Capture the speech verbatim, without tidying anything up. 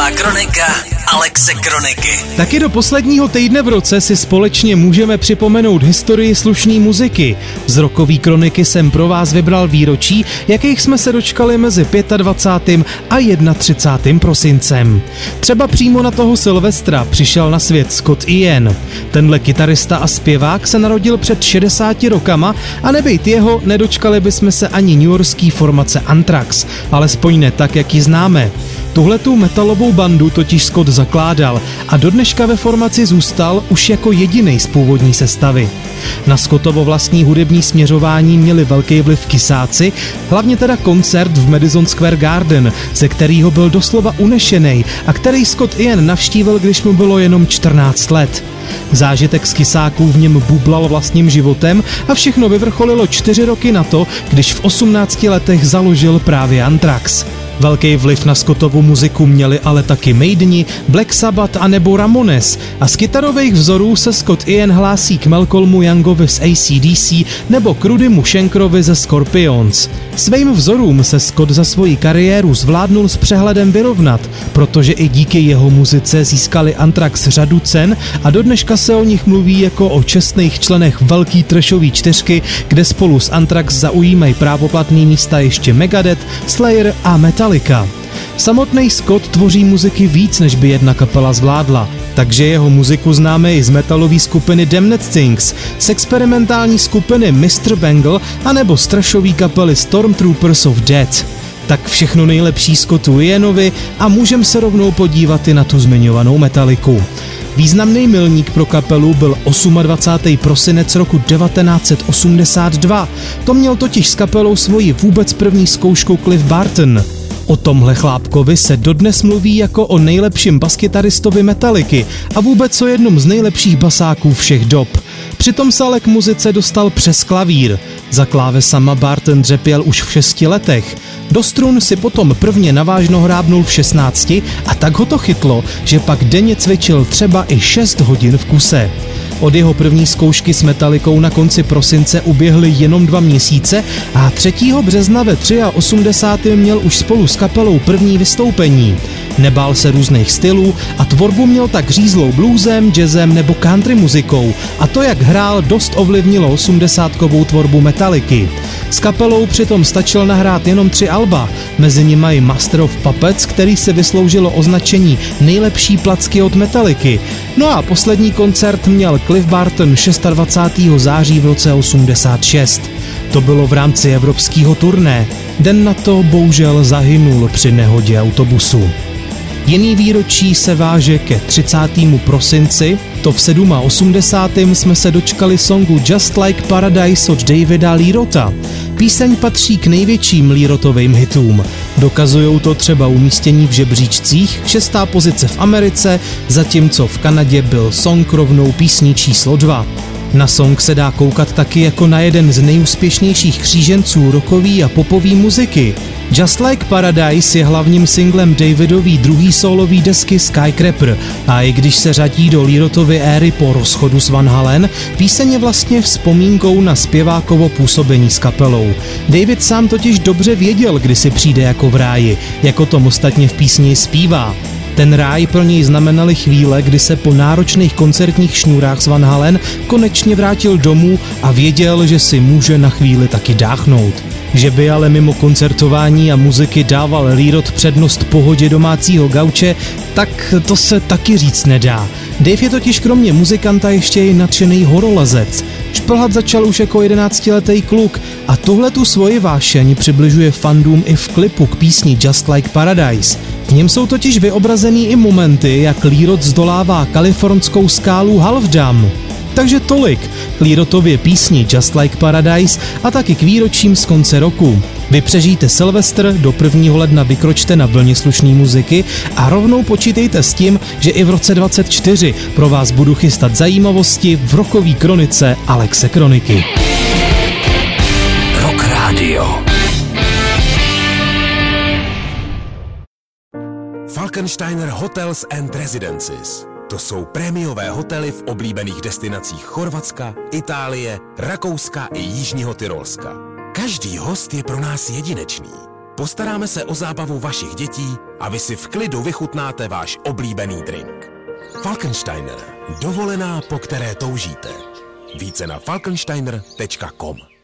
Rocková kronika Alexe Kroniky. Taky do posledního týdne v roce si společně můžeme připomenout historii slušné muziky. Z Rockové kroniky jsem pro vás vybral výročí, jakých jsme se dočkali mezi dvacátým pátým a třicátým prvním prosincem. Třeba přímo na toho Silvestra přišel na svět Scott Ian. Tenhle kytarista a zpěvák se narodil před šedesáti rokama a nebejt jeho, nedočkali bychom se ani newyorský formace Anthrax, alespoň ne tak, jak ji známe. Tuhletu metalovou bandu totiž Scott zakládal a do dneška ve formaci zůstal už jako jedinej z původní sestavy. Na Scottovo vlastní hudební směřování měli velký vliv Kissáci, hlavně teda koncert v Madison Square Garden, ze kterého byl doslova unešenej a který Scott Ian navštívil, když mu bylo jenom čtrnáct let. Zážitek z Kissáků v něm bublal vlastním životem a všechno vyvrcholilo čtyři roky na to, když v osmnácti letech založil právě Anthrax. Velký vliv na Scottovu muziku měli ale taky Maideni, Black Sabbath a nebo Ramones a z kytarových vzorů se Scott Ian hlásí k Malcolmu Youngovi z A C D C nebo k Rudymu Shankerovi ze Scorpions. Svým vzorům se Scott za svoji kariéru zvládnul s přehledem vyrovnat, protože i díky jeho muzice získali Anthrax řadu cen a dodneška se o nich mluví jako o čestných členech velký trashový čtyřky, kde spolu s Anthrax zaujímají právoplatný místa ještě Megadeth, Slayer a Metallica. Samotný Scott tvoří muziky víc, než by jedna kapela zvládla, takže jeho muziku známe i z metalové skupiny Damned Things, z experimentální skupiny mister Bangle a nebo z trashové kapely Stormtroopers of Death. Tak všechno nejlepší Scottu Ianovi a můžeme se rovnou podívat i na tu zmiňovanou Metalliku. Významný milník pro kapelu byl dvacátého osmého prosince roku devatenáct set osmdesát dva. To měl totiž s kapelou svoji vůbec první zkoušku Cliff Barton. O tomhle chlápkovi se dodnes mluví jako o nejlepším baskytaristovi Metalliky a vůbec o jednom z nejlepších basáků všech dob. Přitom se ale k muzice dostal přes klavír. Za klávesama Barton dřepěl už v šesti letech. Do strun si potom prvně navážno hrábnul v šestnácti a tak ho to chytlo, že pak denně cvičil třeba i šest hodin v kuse. Od jeho první zkoušky s Metallicou na konci prosince uběhly jenom dva měsíce a třetího března ve osmdesátém třetím měl už spolu s kapelou první vystoupení. Nebál se různých stylů a tvorbu měl tak řízlou bluesem, jazzem nebo country muzikou a to, jak hrál, dost ovlivnilo osmdesátkovou tvorbu Metalliky. S kapelou přitom stačil nahrát jenom tři alba, mezi nimi i Master of Puppets, který si vysloužilo označení nejlepší placky od Metalliky. No a poslední koncert měl Cliff Barton dvacátého šestého září v roce osmdesát šest. To bylo v rámci evropského turné. Den na to bohužel zahynul při nehodě autobusu. Jiný výročí se váže ke třicátému prosinci, to v osmdesátém sedmém jsme se dočkali songu Just Like Paradise od Davida Lee Rotha. Píseň patří k největším Lee Rothovým hitům. Dokazujou to třeba umístění v žebříčcích, šestá pozice v Americe, zatímco v Kanadě byl song rovnou písní číslo dva. Na song se dá koukat taky jako na jeden z nejúspěšnějších kříženců rockové a popové muziky. Just Like Paradise je hlavním singlem Davidový druhý sólový desky Skycrapper a i když se řadí do Lee Rothovy éry po rozchodu s Van Halen, píseň je vlastně vzpomínkou na zpěvákovo působení s kapelou. David sám totiž dobře věděl, kdy si přijde jako v ráji, jako tom ostatně v písni zpívá. Ten ráj pro něj znamenaly chvíle, kdy se po náročných koncertních šňůrách s Van Halen konečně vrátil domů a věděl, že si může na chvíli taky dáchnout. Že by ale mimo koncertování a muziky dával Lee Roth přednost pohodě domácího gauče, tak to se taky říct nedá. Dave je totiž kromě muzikanta ještě i nadšený horolezec. Šplhat začal už jako jedenáctiletý kluk a tuhletu svoji vášeň přibližuje fandům i v klipu k písni Just Like Paradise. V něm jsou totiž vyobrazený i momenty, jak Lee Roth zdolává kalifornskou skálu Half Dome. Takže tolik k Lee Rothově písni Just Like Paradise a taky k výročím z konce roku. Vy přežijte Silvestr, do prvního ledna vykročte na vlně slušný muziky a rovnou počítejte s tím, že i v roce dvacet čtyři pro vás budu chystat zajímavosti v rockové kronice Alexe Kroniky. Rock Radio. Falkensteiner Hotels and Residences. To jsou prémiové hotely v oblíbených destinacích Chorvatska, Itálie, Rakouska i Jižního Tyrolska. Každý host je pro nás jedinečný. Postaráme se o zábavu vašich dětí a vy si v klidu vychutnáte váš oblíbený drink. Falkensteiner. Dovolená, po které toužíte. Více na falkensteiner tečka com.